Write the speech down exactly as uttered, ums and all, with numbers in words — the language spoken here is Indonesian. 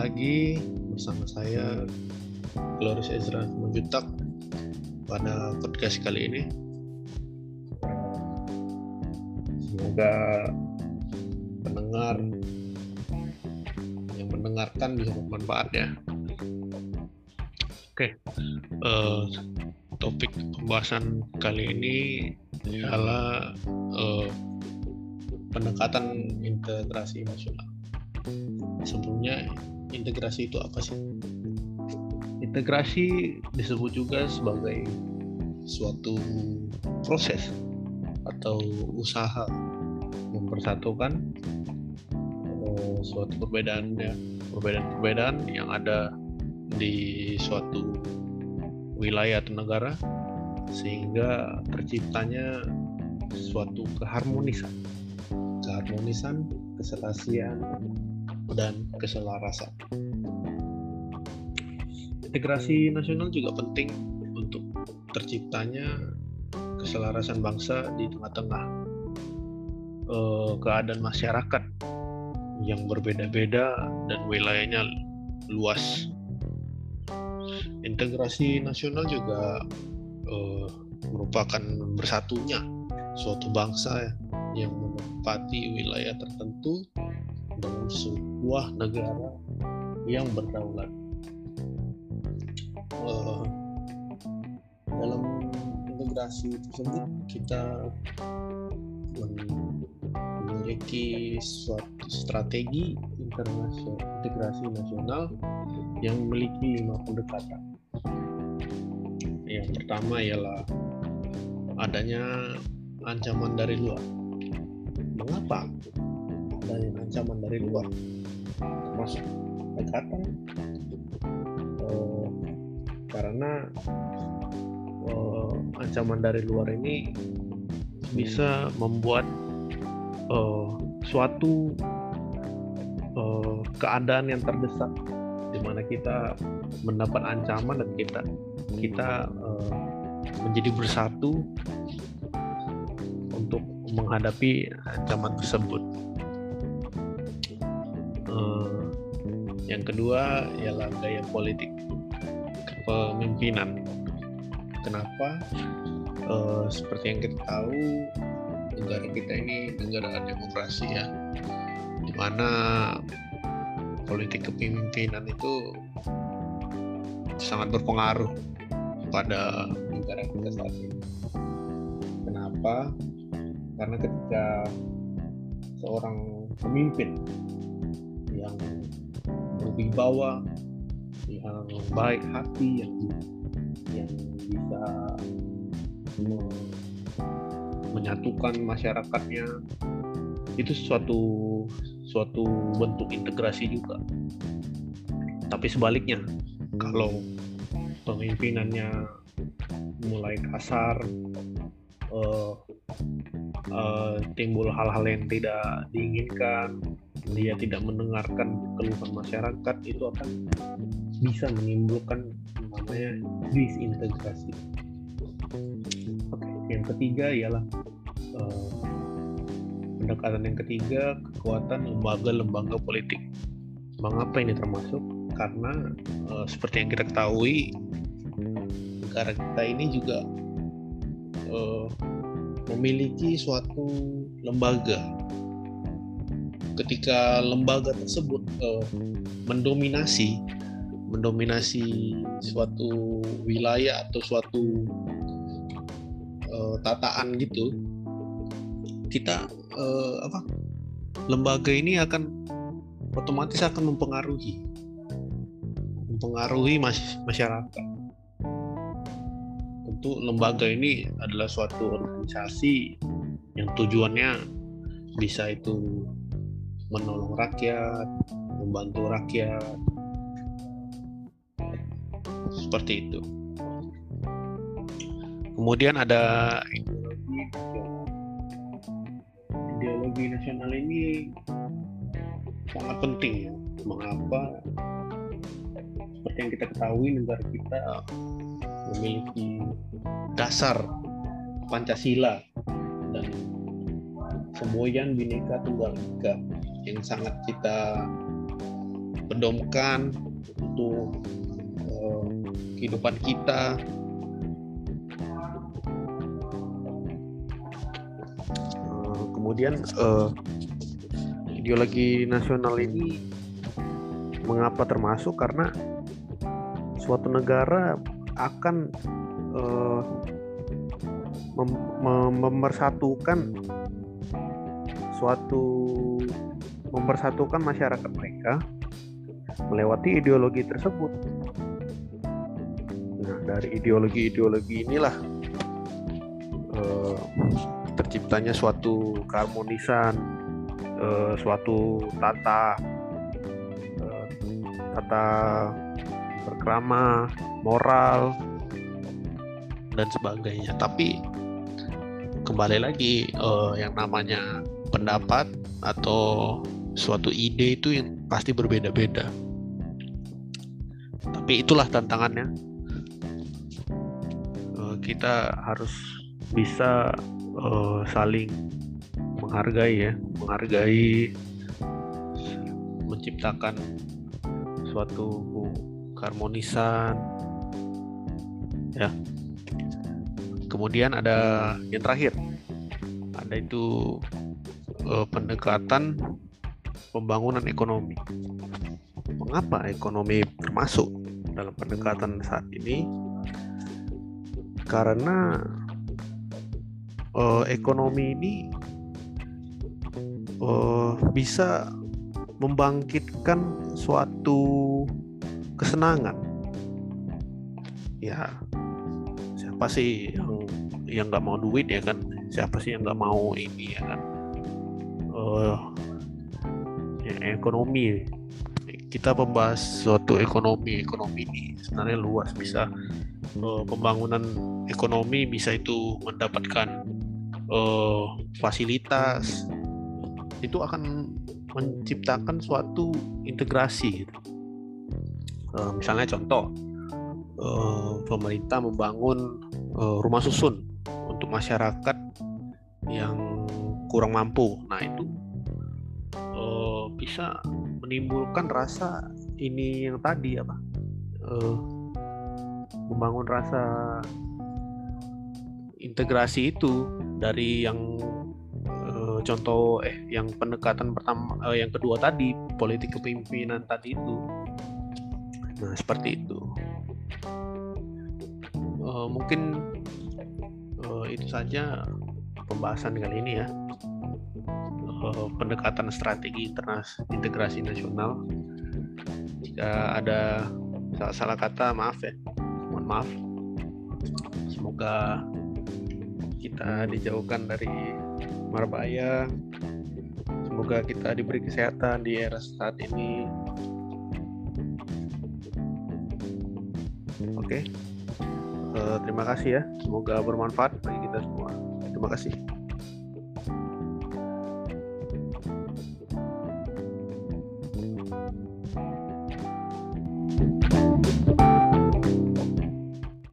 lagi bersama saya Glorious Ezra Simanjuntak pada podcast kali ini. Semoga pendengar yang mendengarkan bisa bermanfaat ya. Oke, uh, topik pembahasan kali ini adalah uh, pendekatan integrasi nasional. Sebelumnya, integrasi itu apa sih? Integrasi disebut juga sebagai suatu proses atau usaha mempersatukan uh, suatu perbedaan ya, perbedaan-perbedaan yang ada di suatu wilayah atau negara sehingga terciptanya suatu keharmonisan, keharmonisan, keserasian dan keselarasan. Integrasi nasional juga penting untuk terciptanya keselarasan bangsa di tengah-tengah eh, keadaan masyarakat yang berbeda-beda dan wilayahnya luas. Integrasi nasional juga eh, merupakan bersatunya suatu bangsa yang menempati wilayah tertentu dengan sebuah negara yang berdaulat. Uh, dalam integrasi tersebut kita memiliki suatu strategi internasional integrasi nasional yang memiliki lima pendekatan. Yang pertama ialah adanya ancaman dari luar. Mengapa adanya ancaman dari luar? Termasuk pendekatan eh, karena eh, ancaman dari luar ini bisa membuat eh, suatu eh, keadaan yang terdesak di mana kita mendapat ancaman dan kita kita eh, menjadi bersatu untuk menghadapi ancaman tersebut. Uh, yang kedua ialah gaya politik kepemimpinan. Kenapa? Uh, seperti yang kita tahu, negara kita ini negara demokrasi ya, di mana politik kepemimpinan itu sangat berpengaruh pada negara kita saat ini. Kenapa? Karena ketika seorang pemimpin yang berwibawa, yang baik hati, yang yang bisa menyatukan masyarakatnya, itu suatu suatu bentuk integrasi juga. Tapi sebaliknya, kalau pemimpinannya mulai kasar, uh, uh, timbul hal-hal yang tidak diinginkan, dia tidak mendengarkan keluhan masyarakat, itu akan bisa menimbulkan namanya disintegrasi. Oke, yang ketiga ialah uh, pendekatan yang ketiga, kekuatan lembaga-lembaga politik. Mengapa ini termasuk? Karena uh, seperti yang kita ketahui, negara kita ini juga uh, memiliki suatu lembaga. Ketika lembaga tersebut uh, mendominasi mendominasi suatu wilayah atau suatu uh, tataan gitu, kita uh, apa lembaga ini akan otomatis akan mempengaruhi mempengaruhi mas- masyarakat. Tentu lembaga ini adalah suatu organisasi yang tujuannya bisa itu menolong rakyat, membantu rakyat, seperti itu. Kemudian ada ideologi nasional. Ideologi nasional ini sangat penting ya. Mengapa? Seperti yang kita ketahui, negara kita memiliki dasar Pancasila dan semboyan Bhinneka Tunggal Ika yang sangat kita pedomkan untuk uh, kehidupan kita. Uh, kemudian uh, ideologi nasional ini mengapa termasuk? Karena suatu negara akan uh, mem- mem- memersatukan suatu mempersatukan masyarakat mereka melewati ideologi tersebut. Nah, dari ideologi-ideologi inilah eh, terciptanya suatu keharmonisan, eh, suatu tata eh, tata berkrama, moral dan sebagainya. Tapi kembali lagi eh, yang namanya pendapat atau suatu ide itu yang pasti berbeda-beda. Tapi itulah tantangannya. Uh, kita harus bisa uh, saling menghargai ya, menghargai, menciptakan suatu keharmonisan. Ya. Kemudian ada yang terakhir, ada itu uh, pendekatan pembangunan ekonomi. Mengapa ekonomi termasuk dalam pendekatan saat ini? Karena uh, ekonomi ini uh, bisa membangkitkan suatu kesenangan. Ya, siapa sih yang yang nggak mau duit ya kan? Siapa sih yang nggak mau ini ya kan? Uh, ekonomi, kita membahas suatu ekonomi ekonomi ini sebenarnya luas, bisa uh, pembangunan ekonomi bisa itu mendapatkan uh, fasilitas, itu akan menciptakan suatu integrasi gitu. Uh, misalnya contoh uh, pemerintah membangun uh, rumah susun untuk masyarakat yang kurang mampu. Nah itu Uh, bisa menimbulkan rasa ini yang tadi apa uh, membangun rasa integrasi itu dari yang uh, contoh eh yang pendekatan pertama uh, yang kedua tadi, politik kepemimpinan tadi itu. Nah seperti itu. Uh, mungkin uh, itu saja pembahasan kali ini ya. Pendekatan strategi internas integrasi nasional. Jika ada salah kata, maaf ya, mohon maaf. Semoga kita dijauhkan dari marbahaya. Semoga kita diberi kesehatan di era saat ini. Oke, uh, terima kasih ya. Semoga bermanfaat bagi kita semua. Terima kasih.